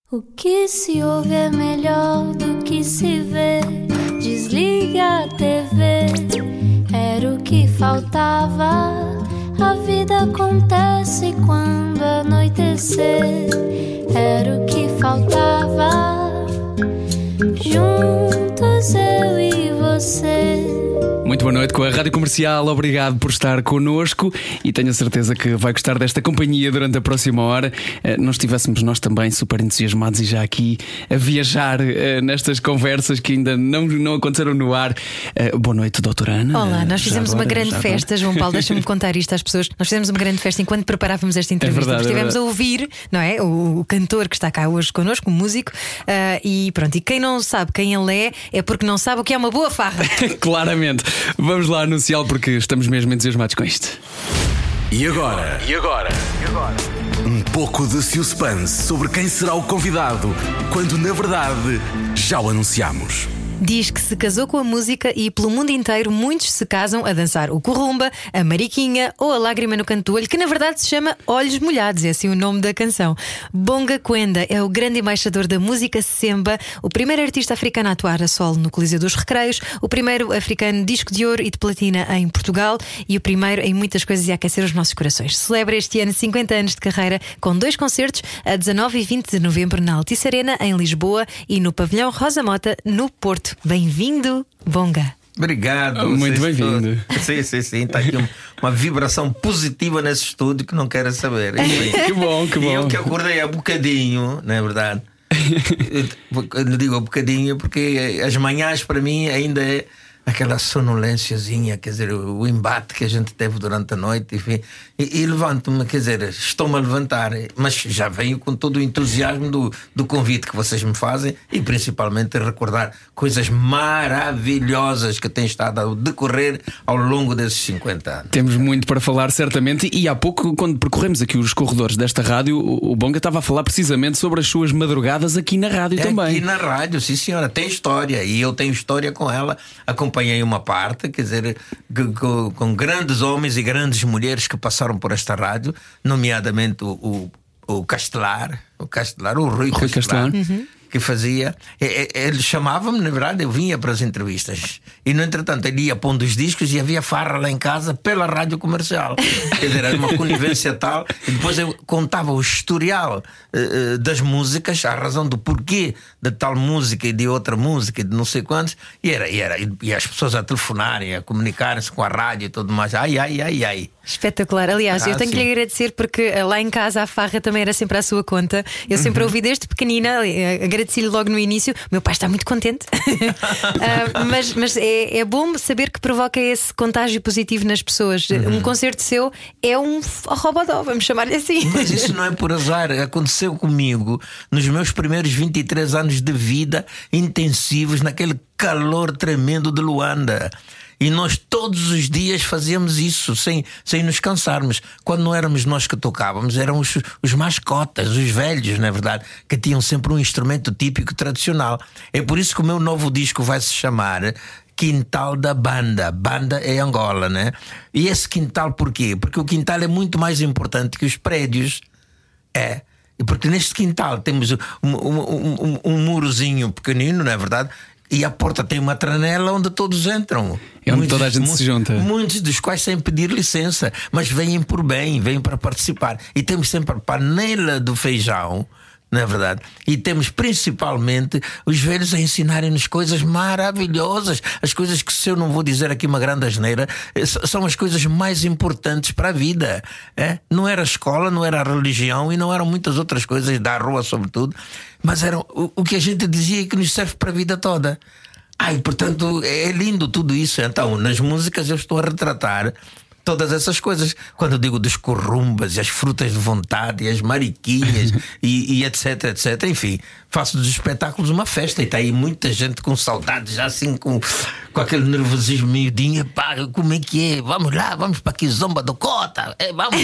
O que se ouve é melhor do que se vê. Desliga a TV, era o que faltava. A vida acontece quando anoitecer, era o que faltava. Juntos eu e você. Muito boa noite com a Rádio Comercial, obrigado por estar connosco e tenho a certeza que vai gostar desta companhia durante a próxima hora. Nós estivéssemos nós também super entusiasmados e já aqui a viajar nestas conversas que ainda não aconteceram no ar. Boa noite, doutora Ana. Olá, nós fizemos uma grande festa, João Paulo, deixa-me contar isto às pessoas. Nós fizemos uma grande festa enquanto preparávamos esta entrevista, porque estivemos a ouvir, não é? O cantor que está cá hoje connosco, o músico, e pronto, e quem não sabe quem ele é porque não sabe o que é uma boa farra. Claramente. Vamos lá anunciá-lo porque estamos mesmo entusiasmados com isto. E agora? Um pouco de suspense sobre quem será o convidado, quando na verdade já o anunciamos. Diz que se casou com a música e pelo mundo inteiro muitos se casam a dançar o currumba, a mariquinha ou a lágrima no canto do olho, que na verdade se chama Olhos Molhados, é assim o nome da canção. Bonga Kwenda é o grande embaixador da música Semba, o primeiro artista africano a atuar a solo no Coliseu dos Recreios, o primeiro africano disco de ouro e de platina em Portugal e o primeiro em muitas coisas e a aquecer os nossos corações. Celebra este ano 50 anos de carreira com 2 concertos a 19 e 20 de novembro na Altice Arena em Lisboa e no Pavilhão Rosa Mota no Porto. Bem-vindo, Bonga. Obrigado. Muito bem-vindo. Sim, está aqui uma vibração positiva nesse estúdio que não quero saber. Que bom. E eu que acordei há bocadinho, não é verdade? Eu digo há bocadinho porque as manhãs para mim ainda é aquela sonolênciazinha, quer dizer, o embate que a gente teve durante a noite, enfim, e levanto-me, quer dizer, estou-me a levantar, mas já venho com todo o entusiasmo do convite que vocês me fazem e principalmente recordar coisas maravilhosas que têm estado a decorrer ao longo desses 50 anos. Temos muito para falar, certamente, e há pouco, quando percorremos aqui os corredores desta rádio, o Bonga estava a falar precisamente sobre as suas madrugadas aqui na rádio também. Aqui na rádio, sim senhora, tem história, e eu tenho história com ela. Acompanhei uma parte, quer dizer, com grandes homens e grandes mulheres que passaram por esta rádio, nomeadamente o Castelar, o Rui Castelar. Que fazia, ele chamava-me, na verdade, eu vinha para as entrevistas e no entretanto ele ia pondo os discos e havia farra lá em casa pela Rádio Comercial. Quer dizer, era uma conivência tal, e depois eu contava o historial das músicas, a razão do porquê de tal música e de outra música e de não sei quantos, e as pessoas a telefonarem, a comunicarem-se com a rádio e tudo mais. Ai. Espetacular. Aliás, eu tenho que lhe agradecer porque lá em casa a farra também era sempre à sua conta. Eu sempre ouvi desde pequenina, agradeci-lhe logo no início. O meu pai está muito contente. Mas é bom saber que provoca esse contágio positivo nas pessoas. Um concerto seu é um robodó, vamos chamar-lhe assim. Mas isso não é por azar. Aconteceu comigo nos meus primeiros 23 anos de vida intensivos, naquele calor tremendo de Luanda. E nós todos os dias fazíamos isso sem nos cansarmos. Quando não éramos nós que tocávamos, eram os mascotas, os velhos, na verdade, que tinham sempre um instrumento típico tradicional. É por isso que o meu novo disco vai se chamar Quintal da Banda. Banda é Angola, né? E esse quintal porquê? Porque o quintal é muito mais importante que os prédios. E porque neste quintal temos um murozinho pequenino, não é verdade? E a porta tem uma tranela onde todos entram. É onde toda a gente se junta. Muitos dos quais sem pedir licença, mas vêm por bem, vêm para participar. E temos sempre a panela do feijão, não é verdade? E temos principalmente os velhos a ensinarem-nos coisas maravilhosas. As coisas que, se eu não vou dizer aqui uma grande asneira, são as coisas mais importantes para a vida. Não era a escola, não era a religião e não eram muitas outras coisas da rua, sobretudo, mas eram o que a gente dizia que nos serve para a vida toda. E portanto é lindo tudo isso. Então nas músicas eu estou a retratar todas essas coisas. Quando eu digo dos currumbas e as frutas de vontade e as mariquinhas e etc. Enfim, faço dos espetáculos uma festa e está aí muita gente com saudades, já assim com aquele nervosismo miudinho. Pá, como é que é? Vamos lá, vamos para aqui Zomba do Cota, vamos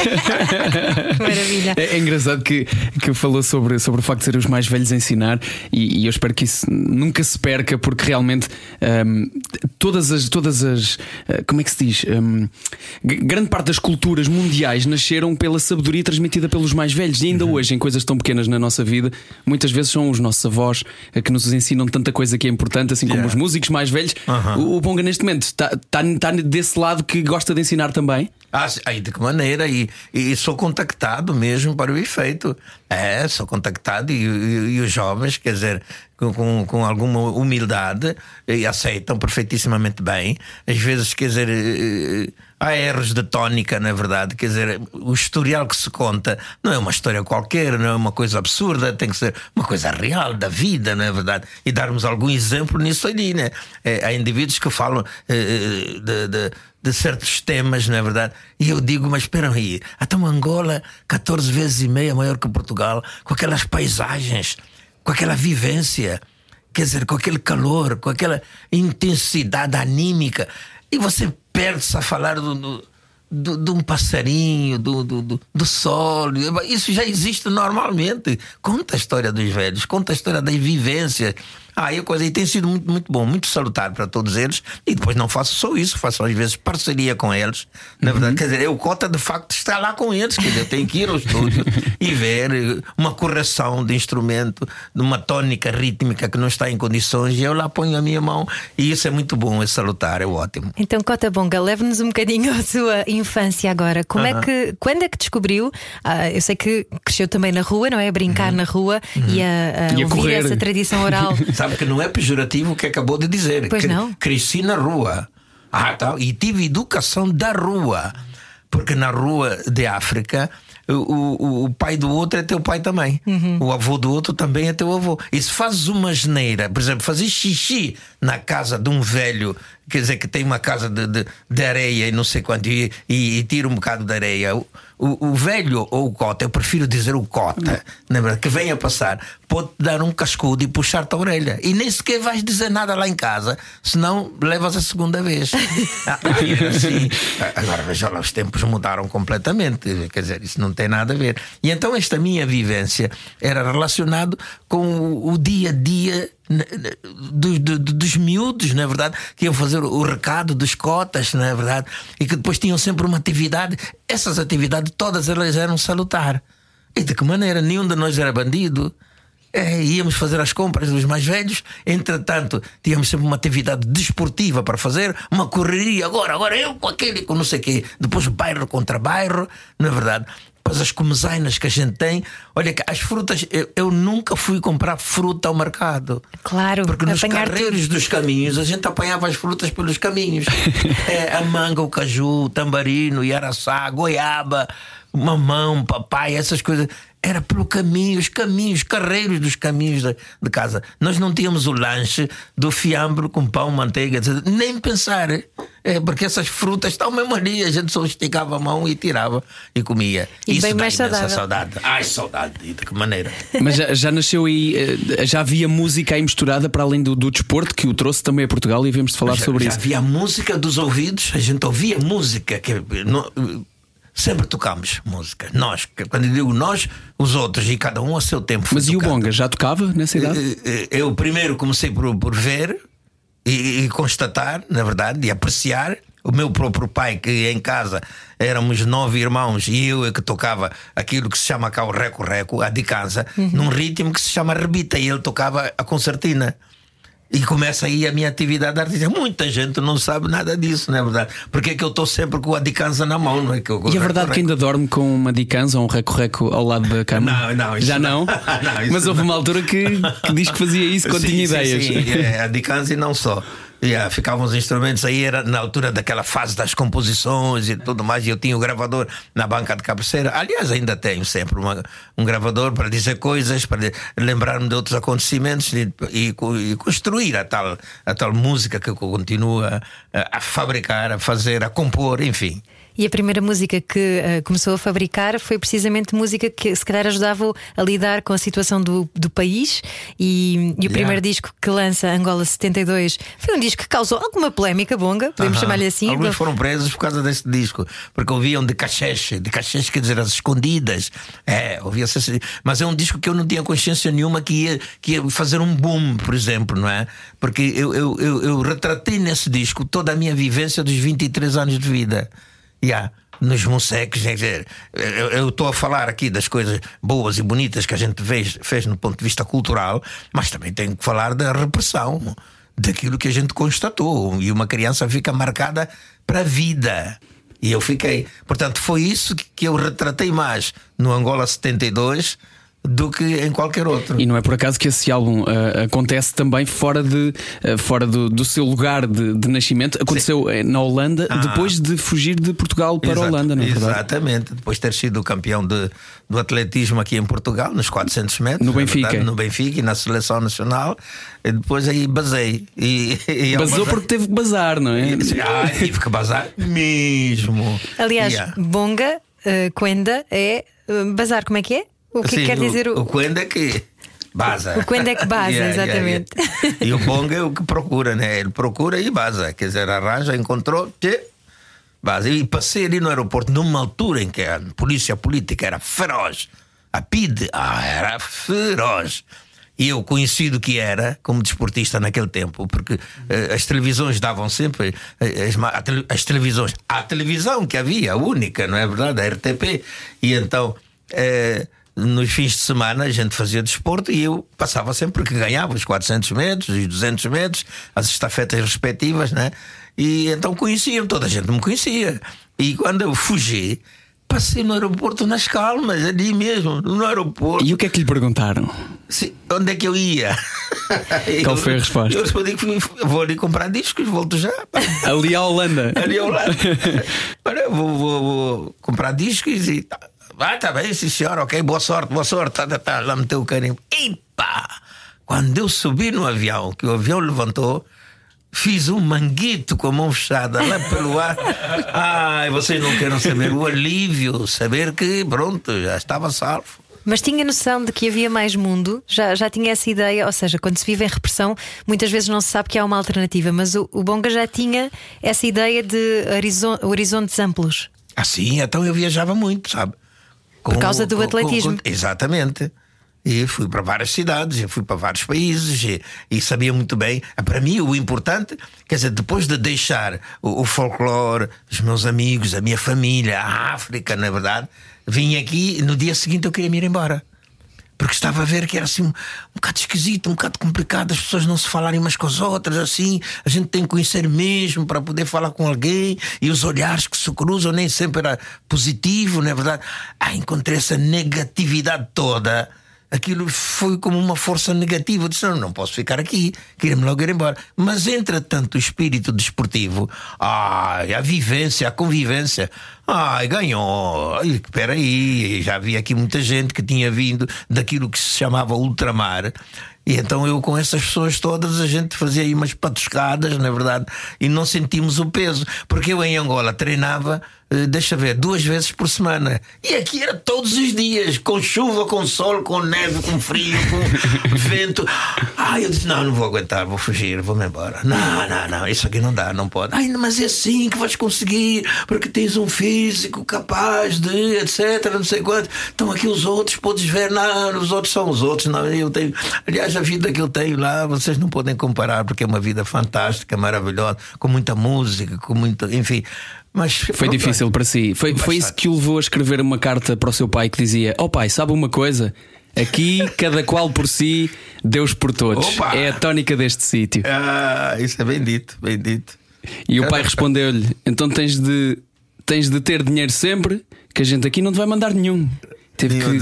Maravilha. É engraçado que falou sobre o facto de serem os mais velhos a ensinar e eu espero que isso nunca se perca, porque realmente todas as como é que se diz? grande parte das culturas mundiais nasceram pela sabedoria transmitida pelos mais velhos. E ainda hoje, em coisas tão pequenas na nossa vida, muitas vezes são os nossos avós que nos ensinam tanta coisa que é importante, assim como os músicos mais velhos. O Bonga, neste momento, está desse lado que gosta de ensinar também? Aí de que maneira? E sou contactado mesmo para o efeito. Sou contactado e os jovens, quer dizer, com alguma humildade, e aceitam perfeitíssimamente bem. Às vezes, quer dizer, há erros de tónica, na verdade. Quer dizer, o historial que se conta não é uma história qualquer, não é uma coisa absurda, tem que ser uma coisa real da vida, não é verdade? E darmos algum exemplo nisso ali, né? Há indivíduos que falam de certos temas, não é verdade? E eu digo, mas espera aí, até uma Angola 14 vezes e meia maior que Portugal, com aquelas paisagens, com aquela vivência, quer dizer, com aquele calor, com aquela intensidade anímica, e você perde-se a falar de um passarinho, do sol. Isso já existe normalmente. Conta a história dos velhos, conta a história das vivências. E tem sido muito, muito bom, muito salutar para todos eles. E depois não faço só isso, faço às vezes parceria com eles. Na verdade, quer dizer, o Cota de facto está lá com eles. Quer dizer, eu tenho que ir ao estúdio e ver uma correção de instrumento, de uma tónica rítmica que não está em condições, e eu lá ponho a minha mão. E isso é muito bom, é salutar, é ótimo. Então, Cota Bonga, leve-nos um bocadinho à sua infância agora. Quando é que descobriu? Eu sei que cresceu também na rua, não é? A brincar na rua e a ouvir correr. Essa tradição oral. Sabe que não é pejorativo o que acabou de dizer. Pois não. Cresci na rua. E tive educação da rua. Porque na rua de África, o pai do outro é teu pai também. O avô do outro também é teu avô. E se fazes uma geneira, por exemplo, fazer xixi na casa de um velho, quer dizer, que tem uma casa de areia e não sei quanto, e tira um bocado de areia, o velho ou o Cota, eu prefiro dizer o Cota, que venha passar, pode dar um cascudo e puxar-te a orelha. E nem sequer vais dizer nada lá em casa, senão levas a segunda vez. Assim, agora veja lá, os tempos mudaram completamente, quer dizer, isso não tem nada a ver. E então esta minha vivência era relacionado com o dia a dia dos miúdos, não é verdade? Que iam fazer o recado dos cotas, não é verdade? E que depois tinham sempre uma atividade. Essas atividades todas elas eram salutar. E de que maneira? Nenhum de nós era bandido. Íamos fazer as compras dos mais velhos. Entretanto, tínhamos sempre uma atividade desportiva para fazer, uma correria. Agora eu com aquele, com não sei o quê. Depois bairro contra bairro, não é verdade? As comezainas que a gente tem. Olha, que as frutas, eu nunca fui comprar fruta ao mercado. Claro, porque nos carreiros dos caminhos a gente apanhava as frutas pelos caminhos. A manga, o caju, o tambarino, o iaraçá, goiaba, mamão, papai, essas coisas. Era pelo caminho, os caminhos, carreiros dos caminhos de casa. Nós não tínhamos o lanche do fiambre com pão, manteiga, etc. Nem pensar. Porque essas frutas estão mesmo ali. A gente só esticava a mão e tirava e comia. E isso bem dá mais imensa saudável. saudade. Saudade. De que maneira? Mas já nasceu aí, já havia música aí misturada para além do desporto, que o trouxe também a Portugal, e viemos de falar sobre isso. Já havia a música dos ouvidos, a gente ouvia música que sempre tocámos música. Nós, quando eu digo nós, os outros, e cada um a seu tempo. Mas e o Bonga, já tocava nessa idade? Eu primeiro comecei por ver e constatar, na verdade, e apreciar. O meu próprio pai, que em casa éramos 9 irmãos, e eu é que tocava aquilo que se chama cá o reco-reco, a de casa, num ritmo que se chama rebita, e ele tocava a concertina. E começa aí a minha atividade artística. Muita gente não sabe nada disso, não é verdade? Porque é que eu estou sempre com a dicanza na mão, não é? Que eu, e é verdade que ainda dorme com uma dicanza ou um reco-reco ao lado da cama? Não, já não? Mas houve uma altura que diz que fazia isso quando tinha ideias. Sim, a dicanza e não só. Ficavam os instrumentos aí, era na altura daquela fase das composições e tudo mais, e eu tinha o gravador na banca de cabeceira. Aliás, ainda tenho sempre um gravador para dizer coisas, para lembrar-me de outros acontecimentos e construir a tal música que eu continuo a fabricar, a fazer, a compor, enfim. E a primeira música que começou a fabricar foi precisamente música que se calhar ajudava a lidar com a situação do país. E o primeiro disco que lança, Angola 72, foi um disco que causou alguma polémica, Bonga, podemos chamar-lhe assim. Alguns foram presos por causa desse disco, porque ouviam de cacheche quer dizer, as escondidas. Ouvia-se assim. Mas é um disco que eu não tinha consciência nenhuma que ia fazer um boom, por exemplo, não é? Porque eu retratei nesse disco toda a minha vivência dos 23 anos de vida. nos Monseques, quer dizer, eu estou a falar aqui das coisas boas e bonitas que a gente fez no ponto de vista cultural, mas também tenho que falar da repressão, daquilo que a gente constatou, e uma criança fica marcada para a vida. E eu fiquei, portanto, foi isso que eu retratei mais no Angola 72 do que em qualquer outro. E não é por acaso que esse álbum acontece também fora do seu lugar de nascimento. Aconteceu na Holanda, depois de fugir de Portugal para a Holanda, não é verdade? Exatamente, depois de ter sido campeão do atletismo aqui em Portugal, nos 400 metros. No Benfica. Verdade, no Benfica e na seleção nacional. E depois aí basei. Basou porque teve que basar, não é? Tive que basar mesmo. Aliás, bonga, quenda é bazar, como é que é? O que quer dizer o quenda é que baza. O quenda é que baza, exatamente. E o bonga é o que procura, né? Ele procura e baza. Quer dizer, arranja, encontrou, baza. E passei ali no aeroporto numa altura em que a polícia política era feroz. A PIDE era feroz. E eu, conhecido que era como desportista naquele tempo, porque as televisões davam sempre as televisões, a televisão que havia, a única, não é verdade? A RTP. E então nos fins de semana a gente fazia desporto e eu passava sempre que ganhava os 400 metros, os 200 metros, as estafetas respectivas, né? E então conheciam, toda a gente me conhecia. E quando eu fugi, passei no aeroporto nas calmas, ali mesmo, no aeroporto. E o que é que lhe perguntaram? Sim, onde é que eu ia? Qual foi a resposta? Eu respondi que vou ali comprar discos, volto já. Ali à Holanda. Ali à Holanda. Olha, vou comprar discos e... tá bem, sim senhora, ok, boa sorte. Tá, lá meteu o carimbo. Epa! Quando eu subi no avião, que o avião levantou, fiz um manguito com a mão fechada lá pelo ar. Ai, vocês não querem saber o alívio, saber que, pronto, já estava salvo. Mas tinha noção de que havia mais mundo? Já tinha essa ideia? Ou seja, quando se vive em repressão, muitas vezes não se sabe que há uma alternativa. Mas o bonga já tinha essa ideia de horizontes amplos. Assim, então eu viajava muito, sabe? Por causa do atletismo. Exatamente. E fui para várias cidades, fui para vários países e sabia muito bem. Para mim, o importante, quer dizer, depois de deixar o folclore, os meus amigos, a minha família, a África, na verdade, vim aqui e no dia seguinte eu queria me ir embora. Porque estava a ver que era assim um bocado esquisito, um bocado complicado, as pessoas não se falarem umas com as outras, assim. A gente tem que conhecer mesmo para poder falar com alguém, e os olhares que se cruzam nem sempre era positivo, não é verdade? Encontrei essa negatividade toda. Aquilo foi como uma força negativa. Eu disse, não posso ficar aqui, queria-me logo ir embora. Mas entretanto o espírito desportivo, a vivência, a convivência, ganhou. Espera aí, já havia aqui muita gente que tinha vindo daquilo que se chamava ultramar. E então eu com essas pessoas todas, a gente fazia aí umas patuscadas, na verdade, e não sentimos o peso. Porque eu em Angola treinava, 2 vezes por semana. E aqui era todos os dias, com chuva, com sol, com neve, com frio, com vento. Eu disse, não vou aguentar, vou fugir, vou-me embora. Não, isso aqui não dá, não pode. Mas é assim que vais conseguir, porque tens um físico capaz de, etc, não sei quanto. Então aqui os outros, podes ver, não, os outros são os outros, não, eu tenho... Aliás, a vida que eu tenho lá, vocês não podem comparar, porque é uma vida fantástica, maravilhosa, com muita música, com muito, enfim. Mas foi difícil para si. Foi isso que o levou a escrever uma carta para o seu pai que dizia: pai, sabe uma coisa? Aqui, cada qual por si, Deus por todos. Opa! É a tónica deste sítio. Isso é bem dito, bem dito. E o pai respondeu-lhe: então tens de ter dinheiro sempre, que a gente aqui não te vai mandar nenhum. Teve que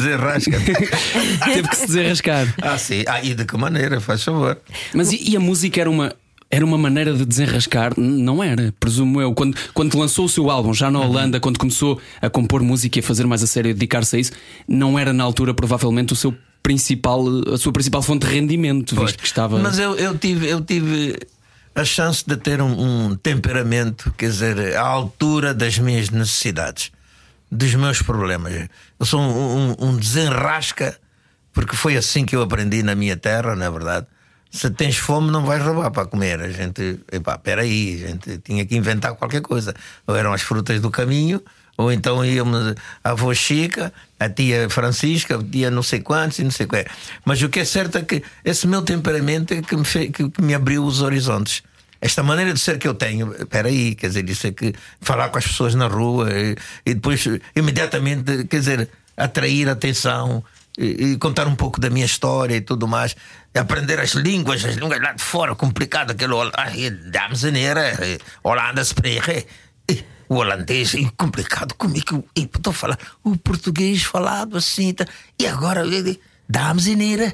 se desenrascar. Sim. E de que maneira, faz favor. Mas e a música era uma maneira de desenrascar? Não era, presumo eu. Quando lançou o seu álbum, já na Holanda, quando começou a compor música e a fazer mais a sério, a dedicar-se a isso, não era na altura provavelmente a sua principal fonte de rendimento, visto que estava... Mas eu tive a chance de ter um temperamento, quer dizer, à altura das minhas necessidades, dos meus problemas. Eu sou um desenrasca, porque foi assim que eu aprendi na minha terra, na verdade. Se tens fome, não vais roubar para comer. A gente, espera aí, a gente tinha que inventar qualquer coisa. Ou eram as frutas do caminho, ou então íamos a avó Chica, a tia Francisca, a tia não sei quantos e não sei o que. Mas o que é certo é que esse meu temperamento é que me abriu os horizontes. esta maneira de ser que eu tenho, espera aí, quer dizer, isso é que falar com as pessoas na rua e depois imediatamente, quer dizer, atrair a atenção e contar um pouco da minha história e tudo mais, aprender as línguas lá de fora, complicado, aquele dames e Holanda spreken. O holandês é complicado, como é que eu estou a falar o português falado assim, e agora dames e nera,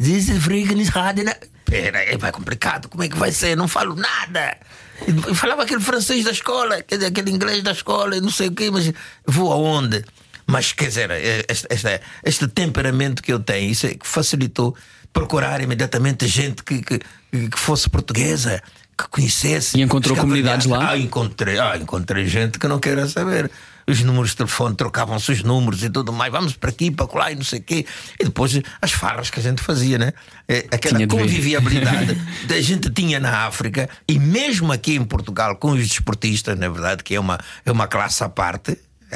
é complicado, como é que vai ser? Não falo nada. Eu falava aquele francês da escola, quer dizer, aquele inglês da escola, não sei o quê, mas vou aonde? Mas quer dizer, este temperamento que eu tenho, isso é que facilitou procurar imediatamente gente que fosse portuguesa, que conhecesse. E encontrou comunidades lá? Encontrei gente que não queira saber. Os números de telefone, trocavam-se os números e tudo mais, vamos para aqui, para lá e não sei o quê. E depois as farras que a gente fazia, né? Aquela convivialidade que a gente tinha na África e mesmo aqui em Portugal com os desportistas, na verdade, que é uma classe à parte.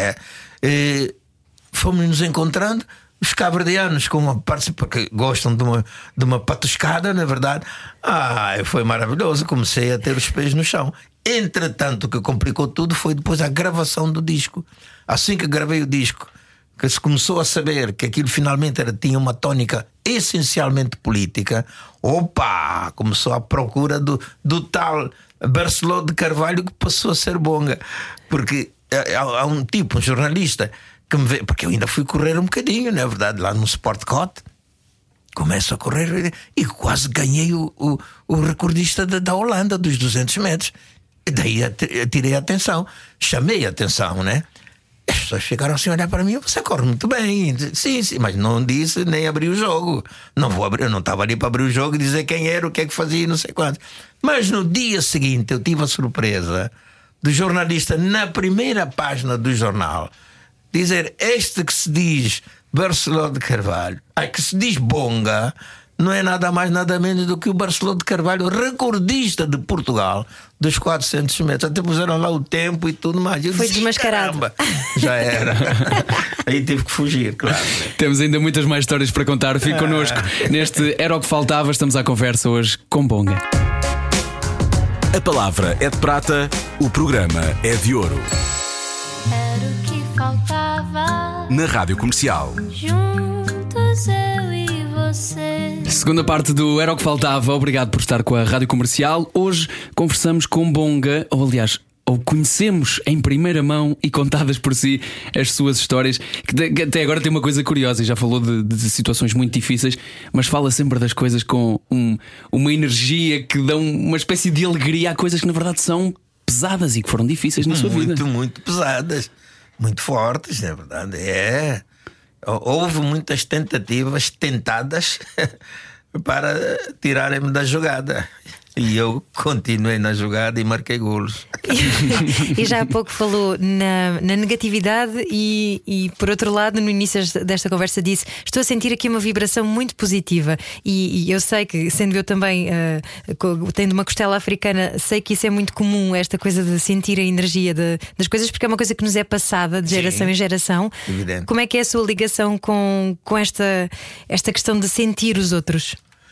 Fomos nos encontrando. Os cabo-verdianos com uma parte porque gostam de uma patuscada, na verdade. Foi maravilhoso. Comecei a ter os pés no chão. Entretanto, o que complicou tudo foi depois a gravação do disco. Assim que gravei o disco, que se começou a saber que aquilo finalmente tinha uma tónica essencialmente política, começou a procura do tal Barceló de Carvalho, que passou a ser Bonga. Porque há um jornalista, que me vê, porque eu ainda fui correr um bocadinho, não é verdade, lá no Sport Cot. Começo a correr e quase ganhei o recordista da Holanda dos 200 metros. E daí tirei a atenção, chamei a atenção, né? As pessoas ficaram assim a olhar para mim: você corre muito bem. Sim, mas não disse nem abri o jogo. Não vou abrir, eu não estava ali para abrir o jogo e dizer quem era, o que é que fazia e não sei quanto. Mas no dia seguinte eu tive a surpresa do jornalista, na primeira página do jornal, dizer: este que se diz Barceló de Carvalho, que se diz Bonga, não é nada mais nada menos do que o Barceló de Carvalho, recordista de Portugal dos 400 metros. Até puseram lá o tempo e tudo mais. Foi desmascarado. Caramba, já era. Aí tive que fugir, claro. Temos ainda muitas mais histórias para contar. Fique connosco neste Era o que Faltava. Estamos à conversa hoje com Bonga. A palavra é de prata, o programa é de ouro. Era o que faltava. Na Rádio Comercial. Juntos eu e você. Segunda parte do Era o que Faltava. Obrigado por estar com a Rádio Comercial. Hoje conversamos com Bonga, ou conhecemos em primeira mão e contadas por si as suas histórias, que até agora tem uma coisa curiosa. E já falou de situações muito difíceis, mas fala sempre das coisas com uma energia que dão uma espécie de alegria a coisas que na verdade são pesadas e que foram difíceis na sua vida. Muito pesadas, muito fortes, na verdade. Houve muitas tentativas tentadas para tirarem-me da jogada. E eu continuei na jogada e marquei golos. E já há pouco falou na negatividade e por outro lado, no início desta conversa disse: estou a sentir aqui uma vibração muito positiva. E eu sei que, sendo eu também tendo uma costela africana, sei que isso é muito comum, esta coisa de sentir a energia das coisas, porque é uma coisa que nos é passada de geração em geração. Evidente. Como é que é a sua ligação com esta questão de sentir os outros?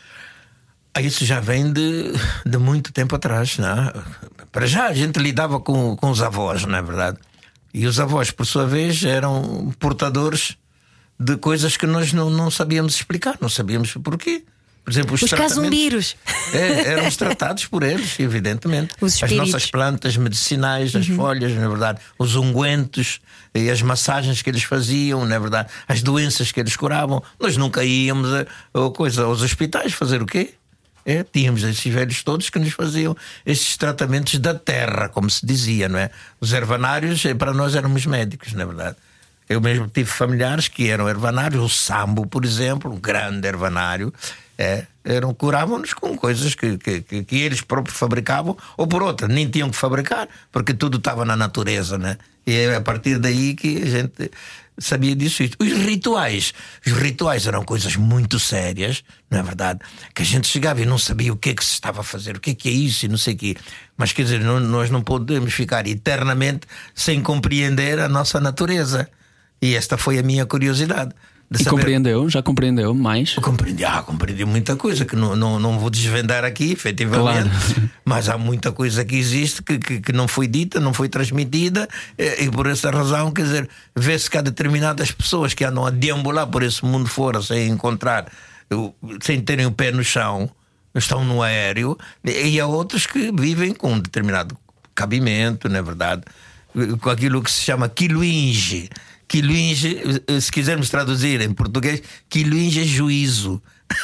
Isso já vem de muito tempo atrás, não é? Para já a gente lidava com os avós, não é verdade? E os avós, por sua vez, eram portadores de coisas que nós não sabíamos explicar, não sabíamos porquê. Por exemplo, os casumbiros. Éramos tratados por eles, evidentemente. Os espíritos. As nossas plantas medicinais, as folhas, na verdade, os ungüentos e as massagens que eles faziam, na verdade, as doenças que eles curavam. Nós nunca íamos aos hospitais fazer o quê? Tínhamos esses velhos todos que nos faziam esses tratamentos da terra, como se dizia, não é? Os ervanários, para nós, éramos médicos, na verdade. Eu mesmo tive familiares que eram ervanários. O Sambo, por exemplo, um grande ervanário, curavam-nos com coisas que eles próprios fabricavam, ou por outra, nem tinham que fabricar, porque tudo estava na natureza, né? E é a partir daí que a gente sabia disso. Os rituais eram coisas muito sérias, não é verdade? Que a gente chegava e não sabia o que é que se estava a fazer, o que é isso e não sei o quê. Mas quer dizer, nós não podemos ficar eternamente sem compreender a nossa natureza. E esta foi a minha curiosidade. E compreendeu? Já compreendeu mais? Compreendi muita coisa que não vou desvendar aqui, efetivamente. Claro. Mas há muita coisa que existe que não foi dita, não foi transmitida, e por essa razão, quer dizer, vê-se que há determinadas pessoas que andam a deambular por esse mundo fora sem encontrar, sem terem o pé no chão, estão no aéreo, e há outros que vivem com um determinado cabimento, não é verdade? Com aquilo que se chama quiluinge. Quiluinge, se quisermos traduzir em português, quiluinge é juízo.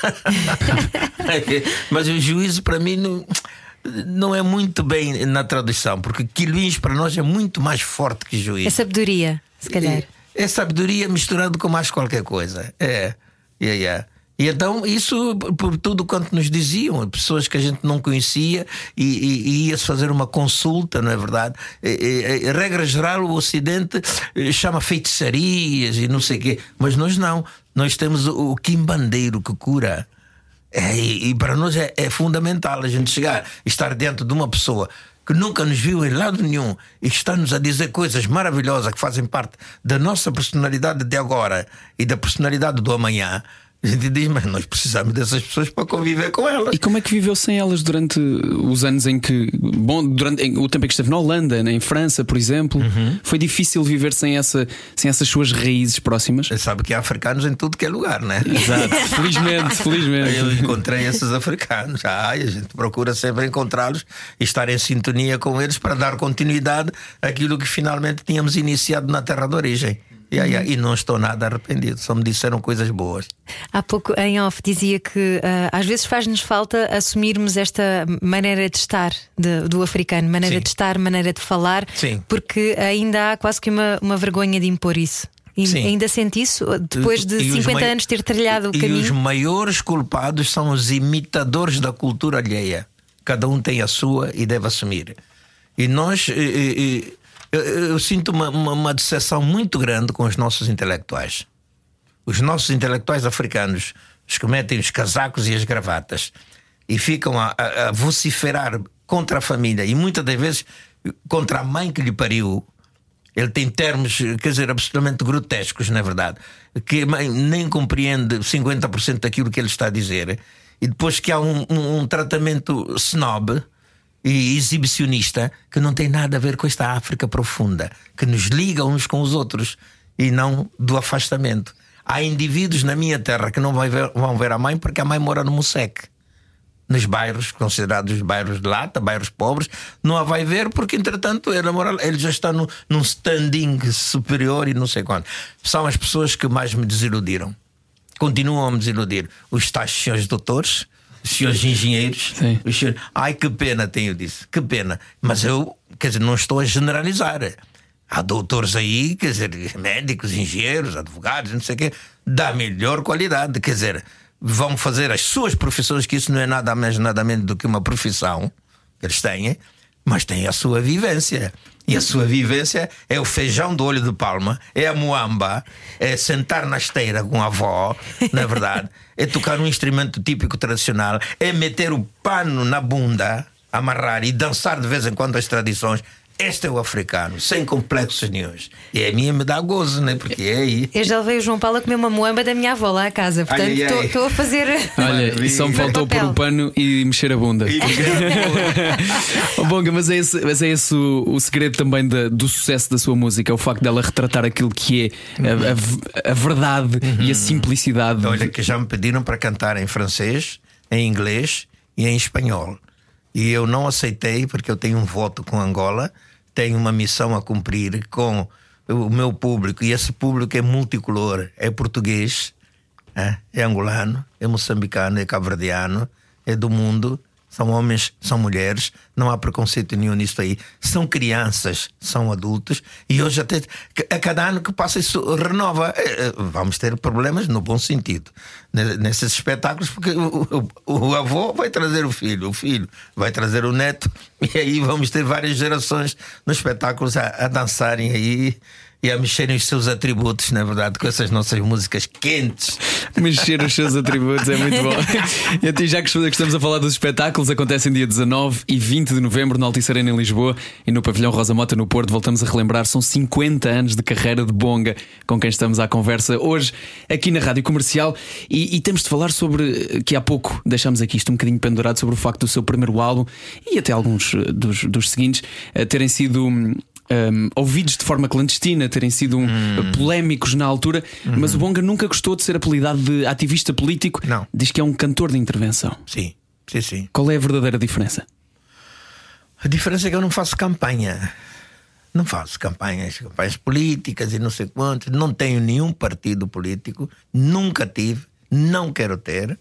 Mas o juízo para mim não é muito bem na tradução, porque quiluinge para nós é muito mais forte que juízo. É sabedoria, se calhar. É sabedoria misturado com mais qualquer coisa. E então isso por tudo quanto nos diziam, pessoas que a gente não conhecia, e ia-se fazer uma consulta, não é verdade? Regra geral, o Ocidente chama feitiçarias e não sei o quê, mas nós não. Nós temos o quimbandeiro que cura. E para nós é fundamental a gente chegar e estar dentro de uma pessoa que nunca nos viu em lado nenhum e que está-nos a dizer coisas maravilhosas que fazem parte da nossa personalidade de agora e da personalidade do amanhã. A gente diz, mas nós precisamos dessas pessoas para conviver com elas. E como é que viveu sem elas durante os anos em que... Bom, durante o tempo em que esteve na Holanda, em França, por exemplo. Foi difícil viver sem essas suas raízes próximas? Sabe que há africanos em tudo que é lugar, né? Exato, felizmente. Eu encontrei esses africanos. A gente procura sempre encontrá-los e estar em sintonia com eles para dar continuidade àquilo que finalmente tínhamos iniciado na terra de origem. E não estou nada arrependido, só me disseram coisas boas. Há pouco em off dizia que às vezes faz-nos falta assumirmos esta maneira de estar do africano, maneira de estar, maneira de falar. Sim. Porque ainda há quase que uma vergonha de impor isso. E ainda sente isso depois de 50 anos ter trilhado o caminho? E os maiores culpados são os imitadores da cultura alheia. Cada um tem a sua e deve assumir. E nós... Eu sinto uma decepção muito grande com os nossos intelectuais. Os nossos intelectuais africanos, os que metem os casacos e as gravatas e ficam a vociferar contra a família e muitas das vezes contra a mãe que lhe pariu. Ele tem termos, quer dizer, absolutamente grotescos, na verdade, que a mãe nem compreende 50% daquilo que ele está a dizer. E depois que há um tratamento snob e exibicionista que não tem nada a ver com esta África profunda, que nos liga uns com os outros e não do afastamento. Há indivíduos na minha terra que não vão ver a mãe porque a mãe mora no Moseque, nos bairros considerados bairros de lata, bairros pobres. Não a vai ver porque entretanto ele já está num standing superior e não sei quanto. São as pessoas que mais me desiludiram, continuam a me desiludir. Os tais senhores doutores, os senhores engenheiros, os senhores... Ai, que pena tenho disso, que pena. Mas eu, quer dizer, não estou a generalizar. Há doutores aí, quer dizer, médicos, engenheiros, advogados, não sei o quê, da melhor qualidade, quer dizer, vão fazer as suas profissões, que isso não é nada mais, nada menos do que uma profissão que eles têm, mas têm a sua vivência. E a sua vivência é o feijão do olho de palma, é a muamba, é sentar na esteira com a avó, não é verdade? É tocar um instrumento típico tradicional, é meter o pano na bunda, amarrar e dançar de vez em quando as tradições. Este é o africano, sem complexos nenhuns. E a minha me dá gozo, né? Porque é aí. Eu já levei o João Paulo a comer uma moamba da minha avó lá à casa. Portanto, estou a fazer. Olha, e só me faltou pôr o pano e mexer a bunda. Bonga, mas é esse o segredo também do sucesso da sua música, é o facto dela retratar aquilo que é a verdade e a simplicidade. Olha, que já me pediram para cantar em francês, em inglês e em espanhol. E eu não aceitei porque eu tenho um voto com Angola. Tenho uma missão a cumprir com o meu público, e esse público é multicolor, é português, é angolano, é moçambicano, é cabo-verdiano, é do mundo, são homens, são mulheres, não há preconceito nenhum nisso aí. São crianças, são adultos, e hoje até a cada ano que passa isso renova. Vamos ter problemas no bom sentido nesses espetáculos, porque o avô vai trazer o filho vai trazer o neto, e aí vamos ter várias gerações nos espetáculos a dançarem aí e a mexerem os seus atributos, na verdade, com essas nossas músicas quentes. Mexer os seus atributos é muito bom. E a ti, já que estamos a falar dos espetáculos, acontecem dia 19 e 20 de novembro no Altice Arena em Lisboa e no Pavilhão Rosa Mota no Porto. Voltamos a relembrar, são 50 anos de carreira de Bonga, com quem estamos à conversa hoje aqui na Rádio Comercial. E temos de falar sobre, que há pouco deixámos aqui isto um bocadinho pendurado, sobre o facto do seu primeiro álbum e até alguns dos seguintes terem sido ouvidos de forma clandestina, terem sido polémicos na altura. Mas o Bonga nunca gostou de ser apelidado de ativista político. Não. Diz que é um cantor de intervenção. Sim. Qual é a verdadeira diferença? A diferença é que eu não faço campanha. Não faço campanhas políticas e não sei quantos. Não tenho nenhum partido político. Nunca tive. Não quero ter.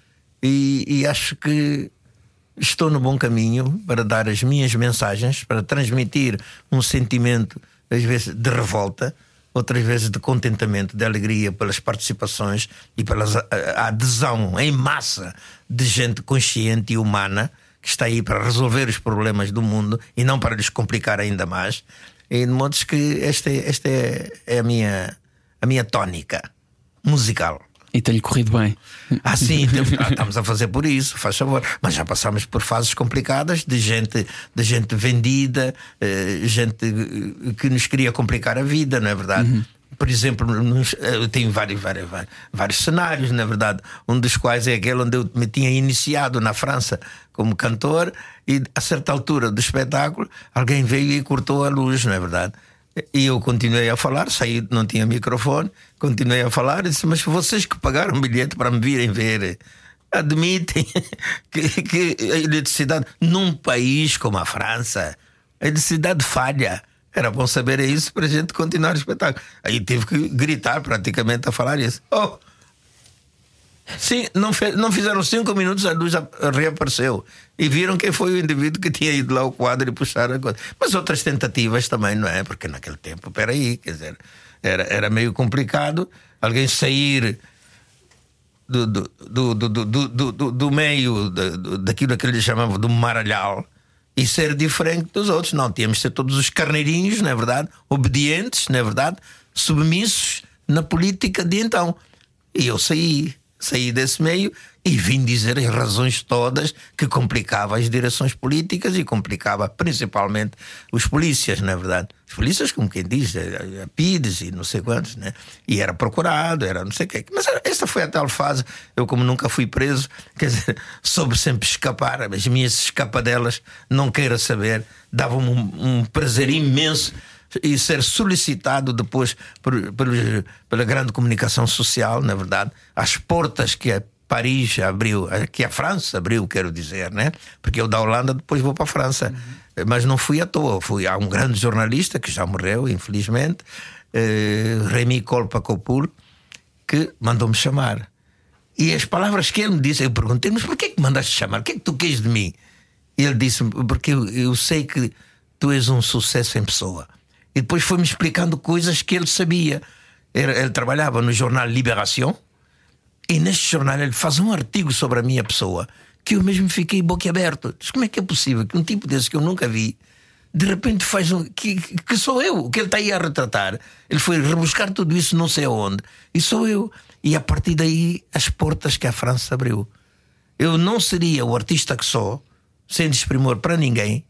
E acho que estou no bom caminho para dar as minhas mensagens, para transmitir um sentimento, às vezes de revolta, outras vezes de contentamento, de alegria pelas participações e pela adesão em massa de gente consciente e humana que está aí para resolver os problemas do mundo e não para lhes complicar ainda mais. E de modo que esta é a minha tónica musical. E tem-lhe corrido bem. Sim, estamos a fazer por isso, faz favor. Mas já passamos por fases complicadas de gente vendida, gente que nos queria complicar a vida, não é verdade? Por exemplo, eu tenho vários cenários, na verdade. Um dos quais é aquele onde eu me tinha iniciado na França como cantor e a certa altura do espetáculo alguém veio e cortou a luz, não é verdade? E eu continuei a falar, saí, não tinha microfone, continuei a falar e disse: mas vocês que pagaram um bilhete para me virem ver, admitem que a eletricidade num país como a França, a eletricidade falha. Era bom saber isso para a gente continuar o espetáculo. Aí tive que gritar praticamente a falar isso. Sim, não fizeram 5 minutos, a luz reapareceu e viram quem foi o indivíduo que tinha ido lá ao quadro e puxar a coisa. Mas outras tentativas também, não é? Porque naquele tempo, peraí, quer dizer, era meio complicado alguém sair do meio daquilo que eles chamavam do maralhau e ser diferente dos outros. Não, tínhamos de ser todos os carneirinhos, não é verdade? Obedientes, não é verdade? Submissos na política de então. E eu saí desse meio e vim dizer as razões todas que complicava as direções políticas e complicava principalmente os polícias, não é verdade? Os polícias, como quem diz, a PIDES e não sei quantos, né? E era procurado, era não sei o quê. Mas essa foi a tal fase, eu como nunca fui preso, quer dizer, soube sempre escapar, as minhas escapadelas, não queira saber, davam-me um prazer imenso e ser solicitado depois pela grande comunicação social, na verdade, às portas que a Paris abriu, que a França abriu, quero dizer, né? Porque eu da Holanda depois vou para a França. Mas não fui à toa, fui a um grande jornalista que já morreu, infelizmente, Rémy Colpa-Coppoul, que mandou-me chamar. E as palavras que ele me disse, eu perguntei: mas porquê que mandaste chamar? O que é que tu queres de mim? E ele disse: porque eu sei que tu és um sucesso em pessoa. E depois foi-me explicando coisas que ele sabia. Ele trabalhava no jornal Libération e neste jornal ele faz um artigo sobre a minha pessoa que eu mesmo fiquei boquiaberto. Diz: como é que é possível que um tipo desse que eu nunca vi de repente faz que sou eu, o que ele está aí a retratar? Ele foi rebuscar tudo isso não sei aonde e sou eu. E a partir daí as portas que a França abriu. Eu não seria o artista que sou, sem desprimor para ninguém,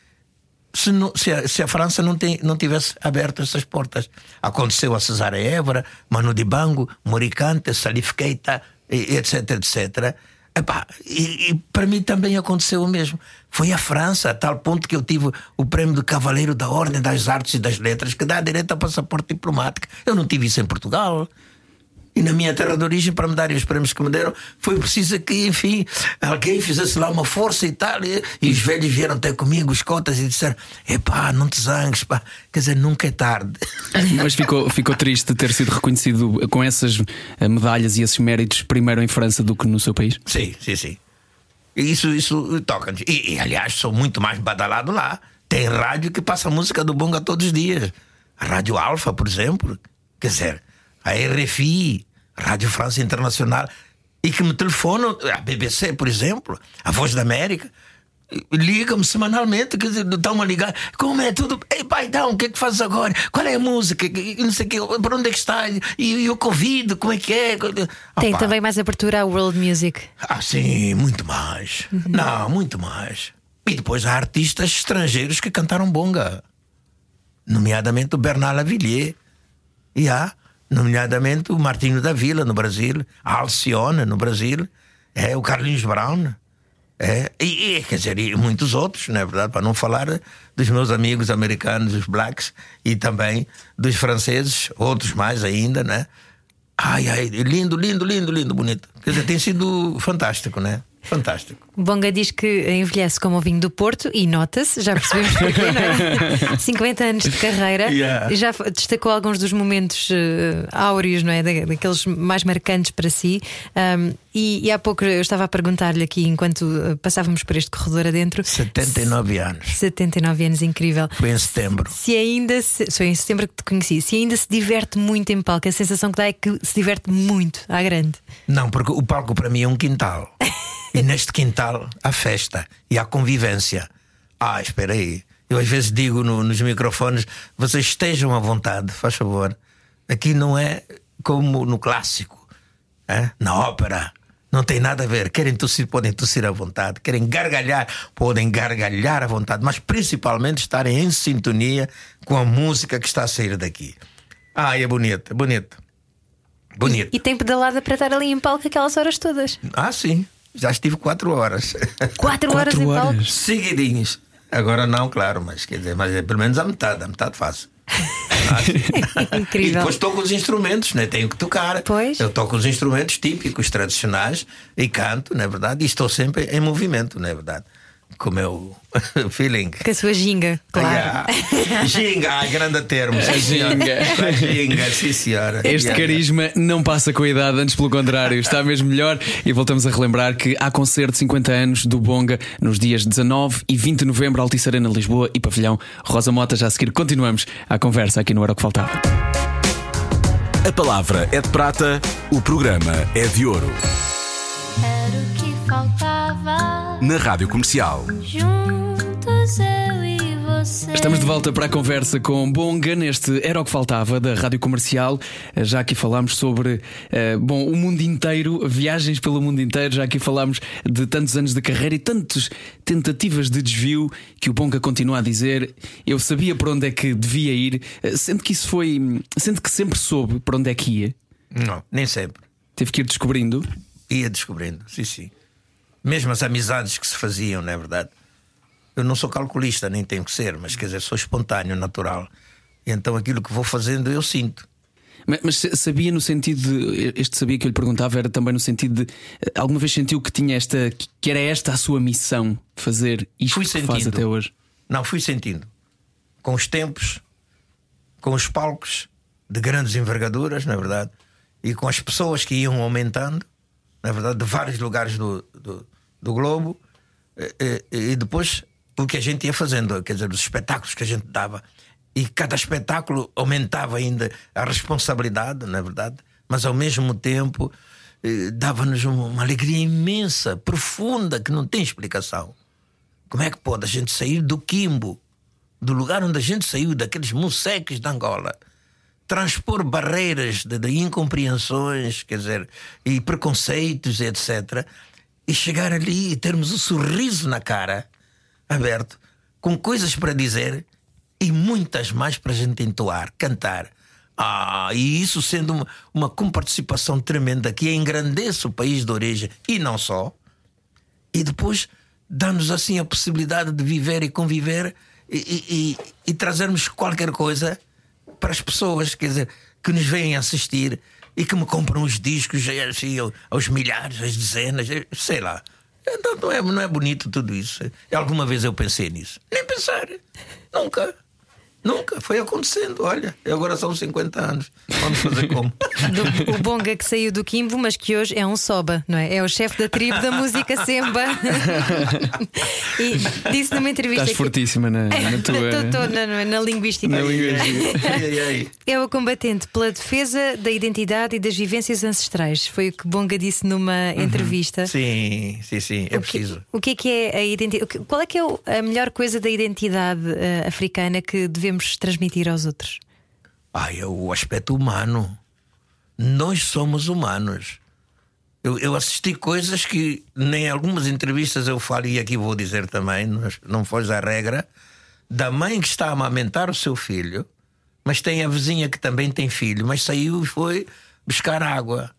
se a França não tivesse aberto essas portas. Aconteceu a Cesare Évora, Manu Dibango, Moricante, Salif Keita, etc, etc. E para mim também aconteceu o mesmo. Foi a França, a tal ponto que eu tive o prémio de Cavaleiro da Ordem das Artes e das Letras, que dá direito a passaporte diplomático. Eu não tive isso em Portugal. E na minha terra de origem, para me darem os prémios que me deram, foi preciso que, enfim, alguém fizesse lá uma força e tal. E os velhos vieram até comigo, os cotas, e disseram: não te zangues, pá. Quer dizer, nunca é tarde. Mas ficou triste de ter sido reconhecido com essas medalhas e esses méritos primeiro em França do que no seu país? Sim. Isso toca-nos. E aliás, sou muito mais badalado lá. Tem rádio que passa a música do Bonga todos os dias. A Rádio Alfa, por exemplo. Quer dizer, a RFI, Rádio França Internacional, e que me telefonam, a BBC, por exemplo, a Voz da América. ligam-me semanalmente, quer dizer, estão a ligar. Como é tudo? Ei, pai, então, o que é que fazes agora? Qual é a música? Não sei o quê, para onde é que está? E o Covid, como é que é? Tem também mais abertura à world music. Sim, muito mais. Não, muito mais. E depois há artistas estrangeiros que cantaram bonga, nomeadamente o Bernard Lavilliers. E há, nomeadamente, o Martinho da Vila no Brasil, a Alcione no Brasil, o Carlinhos Brown. Quer dizer, e muitos outros, não é verdade? Para não falar dos meus amigos americanos, os blacks, e também dos franceses, outros mais ainda, né? Lindo, lindo, lindo, lindo, bonito. Quer dizer, tem sido fantástico, né? Fantástico. Bonga diz que envelhece como o vinho do Porto e nota-se, já percebemos porquê, não é? 50 anos de carreira, já destacou alguns dos momentos áureos, não é? Daqueles mais marcantes para si. E há pouco eu estava a perguntar-lhe aqui, enquanto passávamos por este corredor adentro. 79 anos. 79 anos, incrível. Foi em setembro. Foi em setembro que te conheci. Se ainda se diverte muito em palco, a sensação que dá é que se diverte muito à grande. Não, porque o palco para mim é um quintal. E neste quintal há festa e há convivência. Espera aí. Eu às vezes digo nos microfones: vocês estejam à vontade, faz favor. Aqui não é como no clássico, na ópera. Não tem nada a ver. Querem tossir, podem tossir à vontade. Querem gargalhar, podem gargalhar à vontade. Mas principalmente estarem em sintonia com a música que está a sair daqui. É bonito, bonito. Bonito. E tem pedalada para estar ali em palco aquelas horas todas? Sim. Já estive 4 horas. 4 horas em palco? Seguidinhos. Agora não, claro, mas quer dizer, mas pelo menos a metade faço. Incrível. E depois toco os instrumentos, né? Tenho que tocar. Pois. Eu toco os instrumentos típicos, tradicionais, e canto, não é verdade? E estou sempre em movimento, não é verdade? Com o meu feeling. Com a sua ginga, claro. Ginga, grande termo. A ginga. A ginga, sim senhora. Este carisma não passa com a idade, antes pelo contrário, está mesmo melhor. E voltamos a relembrar que há concerto de 50 anos do Bonga nos dias 19 e 20 de novembro, Altice Arena, Lisboa e Pavilhão Rosa Mota. Já a seguir continuamos a conversa aqui no Era o que Faltava. A palavra é de prata, o programa é de ouro. Era o que faltava. Na Rádio Comercial. Juntos eu e você. Estamos de volta para a conversa com Bonga neste Era o que Faltava da Rádio Comercial. Já aqui falámos sobre o mundo inteiro, viagens pelo mundo inteiro. Já aqui falámos de tantos anos de carreira e tantas tentativas de desvio que o Bonga continua a dizer: eu sabia para onde é que devia ir. Sente que sempre soube para onde é que ia? Não, nem sempre. Teve que ir descobrindo? Ia descobrindo, sim. Mesmo as amizades que se faziam, não é verdade? Eu não sou calculista, nem tenho que ser, mas quer dizer, sou espontâneo, natural. E então aquilo que vou fazendo eu sinto. Mas sabia no sentido de. Este sabia que eu lhe perguntava era também no sentido de. Alguma vez sentiu que tinha que era esta a sua missão, fazer isto que faz até hoje? Não, fui sentindo. Com os tempos, com os palcos de grandes envergaduras, não é verdade? E com as pessoas que iam aumentando, na verdade, de vários lugares do globo, e depois o que a gente ia fazendo, quer dizer, os espetáculos que a gente dava, e cada espetáculo aumentava ainda a responsabilidade, não é verdade? Mas ao mesmo tempo dava-nos uma alegria imensa, profunda, que não tem explicação. Como é que pode a gente sair do Quimbo, do lugar onde a gente saiu, daqueles moceques de Angola, transpor barreiras de incompreensões, quer dizer, e preconceitos, etc., e chegar ali e termos o sorriso na cara, aberto, com coisas para dizer e muitas mais para a gente entoar, cantar. E isso sendo uma comparticipação tremenda que engrandece o país de origem e não só, e depois dá-nos assim a possibilidade de viver e conviver e trazermos qualquer coisa para as pessoas, quer dizer, que nos vêm assistir e que me compram os discos assim, aos milhares, às dezenas, sei lá. Então não é bonito tudo isso? Alguma vez eu pensei nisso? Nem pensar, nunca. Nunca, foi acontecendo. Olha, agora são 50 anos. Vamos fazer como? O Bonga que saiu do Quimbo, mas que hoje é um soba, não é? É o chefe da tribo da música Semba. E disse numa entrevista. Estás fortíssima na tua. Na linguística. É o combatente pela defesa da identidade e das vivências ancestrais. Foi o que Bonga disse numa entrevista. Sim, é preciso. O que é a identidade? Qual é que é a melhor coisa da identidade africana que devemos transmitir aos outros? É o aspecto humano. Nós somos humanos. Eu assisti coisas que nem algumas entrevistas eu falo, e aqui vou dizer também, não foge à regra, da mãe que está a amamentar o seu filho, mas tem a vizinha que também tem filho, mas saiu e foi buscar água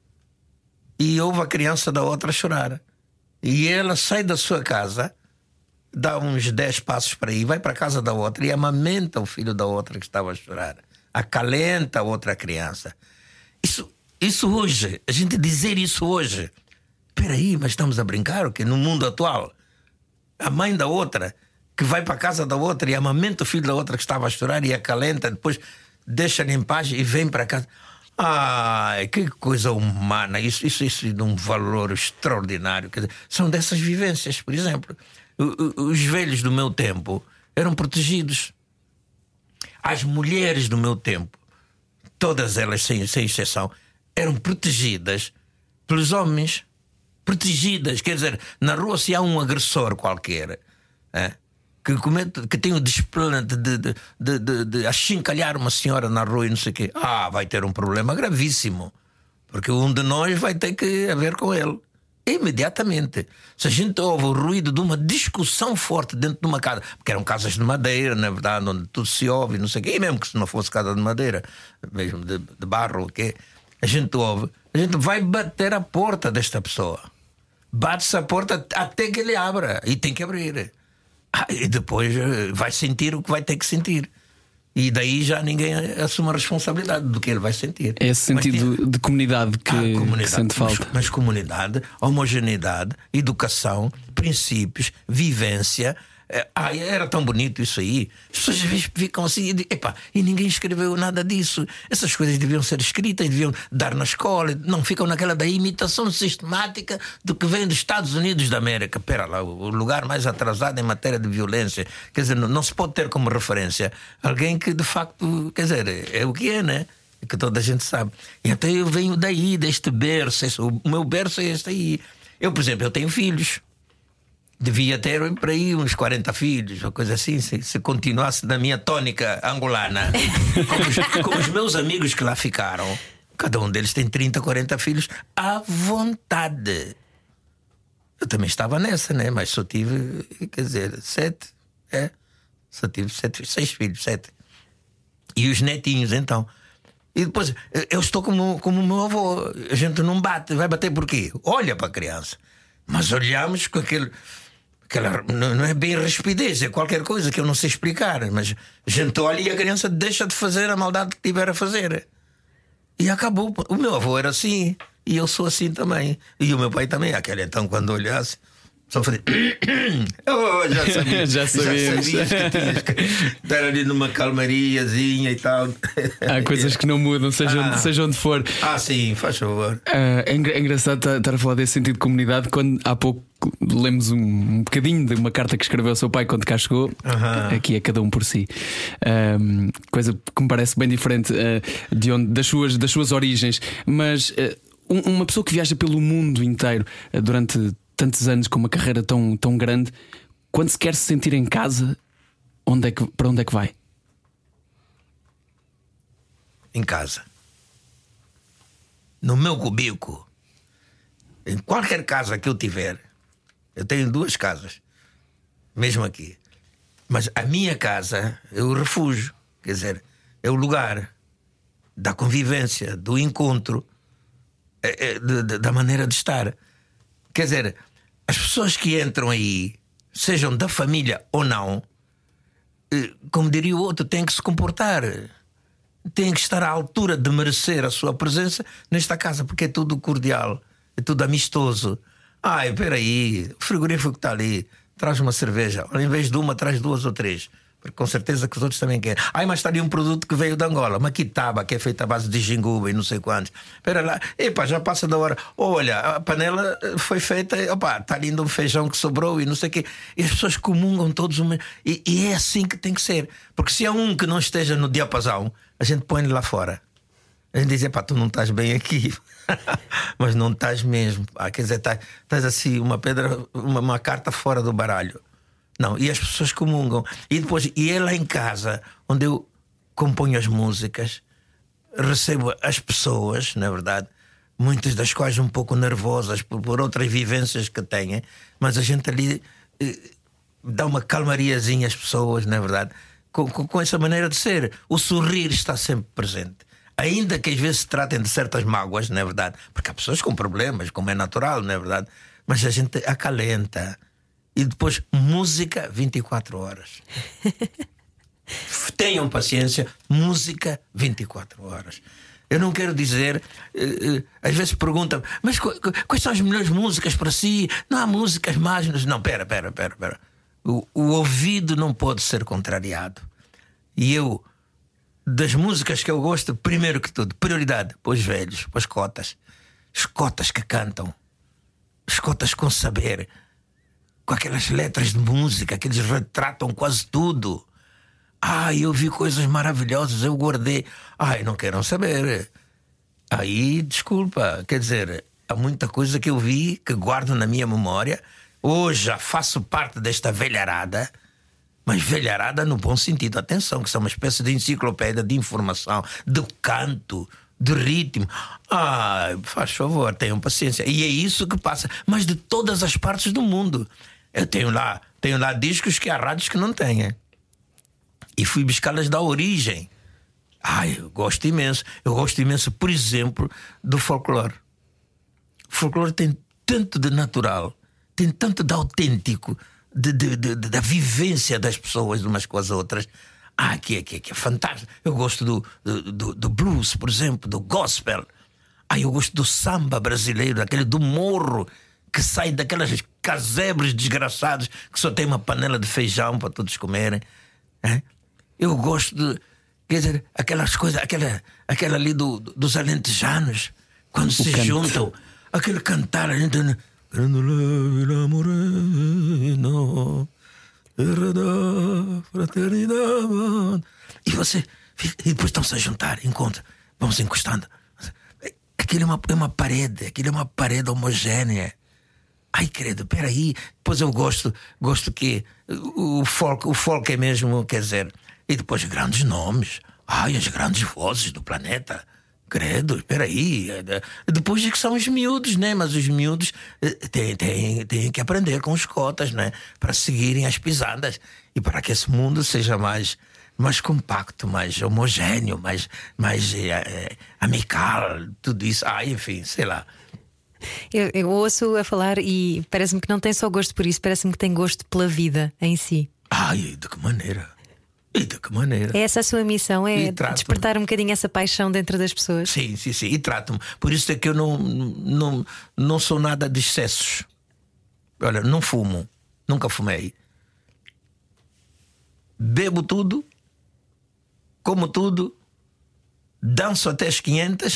e ouve a criança da outra chorar, e ela sai da sua casa, dá uns 10 passos para ir, vai para a casa da outra e amamenta o filho da outra que estava a chorar, acalenta a outra criança. Isso hoje, a gente dizer isso hoje, espera aí, mas estamos a brincar, que no mundo atual a mãe da outra que vai para a casa da outra e amamenta o filho da outra que estava a chorar e acalenta, depois deixa-lhe em paz e vem para casa. Que coisa humana. Isso é de um valor extraordinário. Quer dizer, são dessas vivências. Por exemplo, os velhos do meu tempo eram protegidos. As mulheres do meu tempo, todas elas sem exceção, eram protegidas pelos homens. Protegidas, quer dizer, na rua, se há um agressor qualquer que tem o desplante de achincalhar uma senhora na rua e não sei o quê, vai ter um problema gravíssimo, porque um de nós vai ter que haver com ele imediatamente. Se a gente ouve o ruído de uma discussão forte dentro de uma casa, porque eram casas de madeira, na verdade, onde tudo se ouve, não sei o quê, e mesmo que se não fosse casa de madeira, mesmo de barro, okay, a gente ouve, a gente vai bater a porta desta pessoa, bate-se a porta até que ele abra, e tem que abrir, e depois vai sentir o que vai ter que sentir. E daí já ninguém assume a responsabilidade do que ele vai sentir. É esse sentido de comunidade que sente falta. Mas comunidade, homogeneidade, educação, princípios, vivência. Era tão bonito isso aí. As pessoas às vezes ficam assim e ninguém escreveu nada disso. Essas coisas deviam ser escritas, deviam dar na escola. Não ficam naquela da imitação sistemática do que vem dos Estados Unidos da América. Pera lá, o lugar mais atrasado em matéria de violência. Quer dizer, não se pode ter como referência alguém que de facto, quer dizer, é o que é, né? Que toda a gente sabe. E até eu venho daí, deste berço. O meu berço é este aí. Eu, por exemplo, eu tenho filhos. Devia ter por aí uns 40 filhos, uma coisa assim, se continuasse na minha tônica angolana. Como os meus amigos que lá ficaram, cada um deles tem 30, 40 filhos à vontade. Eu também estava nessa, né? Mas só tive, quer dizer, 7. Só tive 6 filhos, 7. E os netinhos, então. E depois, eu estou como o meu avô. A gente não bate. Vai bater por quê? Olha para a criança. Mas olhamos com aquele... Não é bem rispidez, é qualquer coisa que eu não sei explicar, mas a gente olha e a criança deixa de fazer a maldade que tiver a fazer. E acabou. O meu avô era assim, e eu sou assim também. E o meu pai também. Aquele então, quando olhasse, só fazia... Já sabias que tinhas que estar ali numa calmariazinha e tal. Há coisas que não mudam, seja onde for. Sim, faz favor. É engraçado estar a falar desse sentido de comunidade quando há pouco lemos um bocadinho de uma carta que escreveu ao seu pai quando cá chegou. Aqui é cada um por si. Coisa que me parece bem diferente das suas origens. Mas uma pessoa que viaja pelo mundo inteiro durante tantos anos, com uma carreira tão grande, quando se quer se sentir em casa, para onde é que vai? Em casa. No meu cubículo. Em qualquer casa que eu tiver. Eu tenho 2 casas, mesmo aqui. Mas a minha casa é o refúgio. Quer dizer, é o lugar da convivência, do encontro, da maneira de estar. Quer dizer, as pessoas que entram aí, sejam da família ou não, como diria o outro, têm que se comportar, têm que estar à altura de merecer a sua presença nesta casa, porque é tudo cordial, é tudo amistoso. Espera aí, o frigorífico que está ali, traz uma cerveja, ao invés de uma, traz 2 ou 3. Porque com certeza que os outros também querem. Mas está ali um produto que veio de Angola, uma quitaba, que é feita à base de jinguba e não sei quantos. Espera lá, já passa da hora. Olha, a panela foi feita, está ali um feijão que sobrou e não sei o quê. E as pessoas comungam todos e é assim que tem que ser. Porque se há um que não esteja no diapasão, a gente põe-lhe lá fora. A gente diz, tu não estás bem aqui. Mas não estás mesmo. Quer dizer, estás assim, uma pedra, uma carta fora do baralho. Não, e as pessoas comungam. E depois, é lá em casa onde eu componho as músicas, recebo as pessoas, na verdade, muitas das quais um pouco nervosas por outras vivências que têm, mas a gente ali dá uma calmariazinha às pessoas, na verdade, com essa maneira de ser. O sorrir está sempre presente. Ainda que às vezes se tratem de certas mágoas, não é verdade? Porque há pessoas com problemas, como é natural, não é verdade? Mas a gente acalenta. E depois, música 24 horas. Tenham paciência, música 24 horas. Eu não quero dizer, às vezes perguntam, mas quais são as melhores músicas para si? Não há músicas mais. Não, pera. O ouvido não pode ser contrariado. E eu, das músicas que eu gosto, primeiro que tudo, prioridade para os velhos, para as cotas. As cotas que cantam, as cotas com saber, com aquelas letras de música que eles retratam quase tudo. Eu vi coisas maravilhosas, eu guardei. Não quero saber. Aí, desculpa, quer dizer, há muita coisa que eu vi, que guardo na minha memória. Hoje já faço parte desta velharada, mas velharada no bom sentido. Atenção, que são uma espécie de enciclopédia de informação, de canto, de ritmo. Faz favor, tenham paciência. E é isso que passa, mas de todas as partes do mundo. Eu tenho lá discos que há rádios que não têm. E fui buscá-las da origem. Eu gosto imenso. Eu gosto imenso, por exemplo, do folclore. O folclore tem tanto de natural, tem tanto de autêntico, da vivência das pessoas umas com as outras. Que é fantástico. Eu gosto do blues, por exemplo, do gospel. Eu gosto do samba brasileiro, aquele do morro, que sai daquelas casebres desgraçados que só tem uma panela de feijão para todos comerem. Eu gosto de, quer dizer, aquelas coisas, aquela ali dos alentejanos, quando se juntam, aquele cantar, a gente... E depois estão-se a juntar, encontram, vamos encostando. Aquilo é uma parede homogénea. Querido, peraí. Depois eu gosto que o folk é mesmo, quer dizer, e depois grandes nomes, as grandes vozes do planeta. Credo, peraí. Depois é que são os miúdos, né? Mas os miúdos têm que aprender com os cotas, né? Para seguirem as pisadas e para que esse mundo seja mais compacto, mais homogéneo, mais amical, tudo isso. Enfim, sei lá. Eu ouço a falar e parece-me que não tem só gosto por isso, parece-me que tem gosto pela vida em si. De que maneira? E de que maneira? É essa a sua missão, é despertar um bocadinho essa paixão dentro das pessoas. Sim, e trato-me. Por isso é que eu não sou nada de excessos. Olha, não fumo, nunca fumei. Bebo tudo, como tudo, danço até as 500.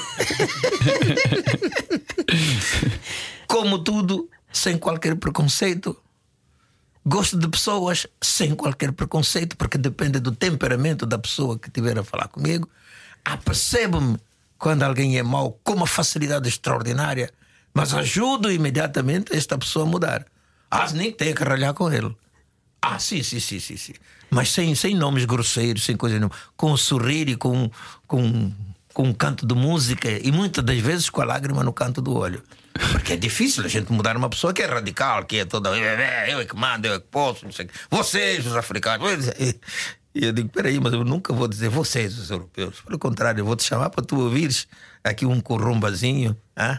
Como tudo, sem qualquer preconceito. Gosto de pessoas sem qualquer preconceito, porque depende do temperamento da pessoa que estiver a falar comigo. Percebo-me quando alguém é mau com uma facilidade extraordinária, mas ajudo imediatamente esta pessoa a mudar. Nem tenho que ralhar com ele. Sim. Mas sem nomes grosseiros, sem coisa nenhuma. Com um sorrir e com um canto de música, e muitas das vezes com a lágrima no canto do olho. Porque é difícil a gente mudar uma pessoa que é radical, que é toda... Eu é que mando, eu é que posso, não sei o quê. Vocês, os africanos... E eu digo, peraí, mas eu nunca vou dizer vocês, os europeus. Pelo contrário, eu vou te chamar para tu ouvires aqui um currumbazinho.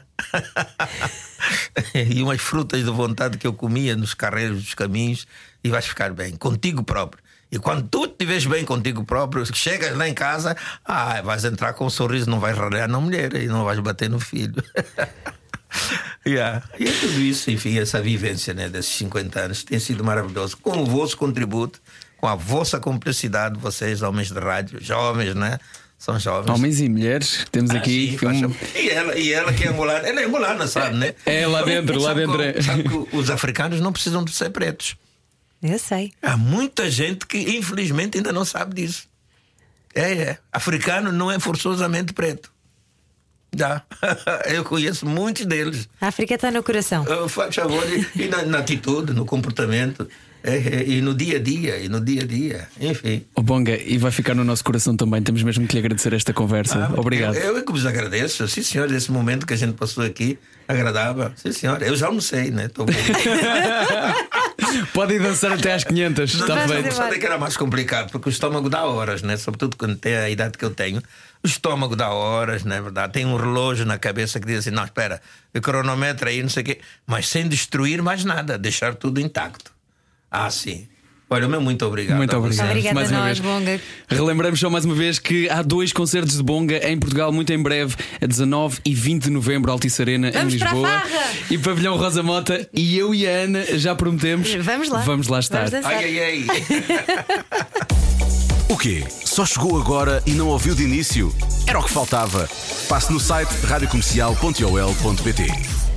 E umas frutas de vontade que eu comia nos carreiros dos caminhos, e vais ficar bem, contigo próprio. E quando tu estiveres bem contigo próprio, chegas lá em casa, vais entrar com um sorriso, não vais ralhar na mulher e não vais bater no filho. E é tudo isso, enfim, essa vivência, né, desses 50 anos tem sido maravilhoso, com o vosso contributo, com a vossa cumplicidade, vocês, homens de rádio, jovens, né? São jovens. Homens e mulheres que temos aqui. Sim, e ela que é angolana. Ela é angolana, sabe, né? É lá dentro, lá dentro. Sabe que os africanos não precisam de ser pretos. Eu sei. Há muita gente que infelizmente ainda não sabe disso. Africano não é forçosamente preto. Já. Eu conheço muitos deles. A África está no coração. Faz favor, e na atitude, no comportamento, e no dia a dia, enfim. Bonga, e vai ficar no nosso coração também. Temos mesmo que lhe agradecer esta conversa. Obrigado. Eu é que vos agradeço. Sim, senhor, esse momento que a gente passou aqui, agradável. Sim, senhor. Eu já almocei, né? Podem dançar até às 500. Está feito. Sabe que era mais complicado, porque o estômago dá horas, né? Sobretudo quando tem a idade que eu tenho. O estômago dá horas, não é verdade? Tem um relógio na cabeça que diz assim: não, espera, o cronômetro aí, não sei o quê, mas sem destruir mais nada, deixar tudo intacto. Sim. Olha, meu muito obrigado. Muito obrigado. Obrigada mais a uma nós, vez. Bonga. Relembramos só mais uma vez que há 2 concertos de Bonga em Portugal, muito em breve, a 19 e 20 de novembro, Altice Arena, Vamos em Lisboa. para a farra! E Pavilhão Rosa Mota. E eu e a Ana já prometemos. Vamos lá estar. Vamos dançar. Ai. O quê? Só chegou agora e não ouviu de início? Era o que faltava. Passe no site radiocomercial.ol.pt.